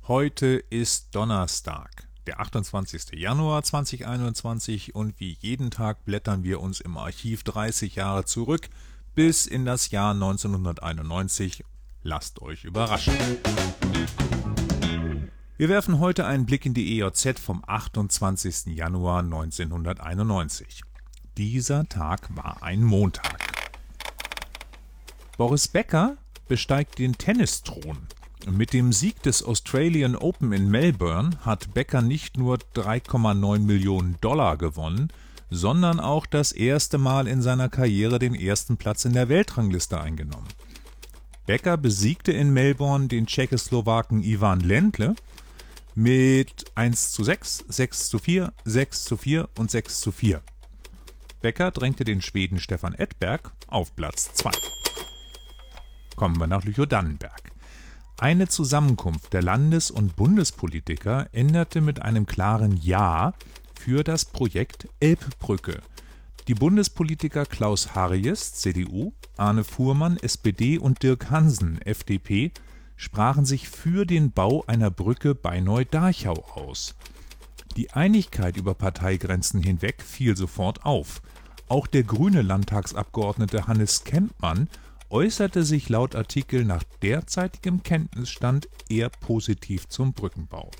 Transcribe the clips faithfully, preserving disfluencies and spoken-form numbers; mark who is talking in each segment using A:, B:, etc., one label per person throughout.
A: Heute ist Donnerstag, der achtundzwanzigster Januar zweitausendeinundzwanzig und wie jeden Tag blättern wir uns im Archiv dreißig Jahre zurück bis in das Jahr neunzehnhunderteinundneunzig. Lasst euch überraschen. Wir werfen heute einen Blick in die E J Z vom achtundzwanzigsten Januar neunzehnhunderteinundneunzig. Dieser Tag war ein Montag. Boris Becker besteigt den Tennisthron. Mit dem Sieg des Australian Open in Melbourne hat Becker nicht nur drei Komma neun Millionen Dollar gewonnen, sondern auch das erste Mal in seiner Karriere den ersten Platz in der Weltrangliste eingenommen. Becker besiegte in Melbourne den Tschechoslowaken Ivan Lendl mit eins zu sechs, sechs zu vier, sechs zu vier und sechs zu vier. Becker drängte den Schweden Stefan Edberg auf Platz zwei. Kommen wir nach Lüchow-Dannenberg. Eine Zusammenkunft der Landes- und Bundespolitiker änderte mit einem klaren Ja für das Projekt Elbbrücke. Die Bundespolitiker Klaus Harries, C D U, Arne Fuhrmann, S P D und Dirk Hansen, F D P, sprachen sich für den Bau einer Brücke bei Neu-Darchau aus. Die Einigkeit über Parteigrenzen hinweg fiel sofort auf. Auch der grüne Landtagsabgeordnete Hannes Kempmann äußerte sich laut Artikel nach derzeitigem Kenntnisstand eher positiv zum Brückenbau.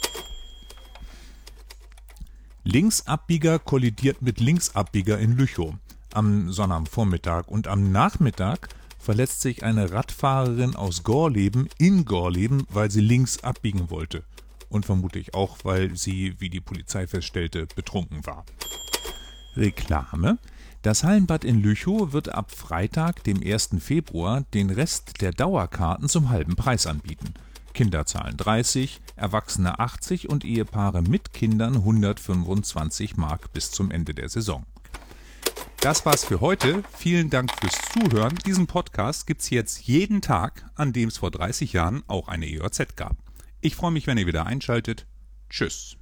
A: Linksabbieger kollidiert mit Linksabbieger in Lüchow am Sonnabendvormittag und am Nachmittag verletzt sich eine Radfahrerin aus Gorleben in Gorleben, weil sie links abbiegen wollte und vermutlich auch, weil sie, wie die Polizei feststellte, betrunken war. Reklame: Das Hallenbad in Lüchow wird ab Freitag, dem ersten Februar, den Rest der Dauerkarten zum halben Preis anbieten. Kinder zahlen dreißig, Erwachsene achtzig und Ehepaare mit Kindern hundertfünfundzwanzig Mark bis zum Ende der Saison. Das war's für heute. Vielen Dank fürs Zuhören. Diesen Podcast gibt's jetzt jeden Tag, an dem es vor dreißig Jahren auch eine E J Z gab. Ich freue mich, wenn ihr wieder einschaltet. Tschüss.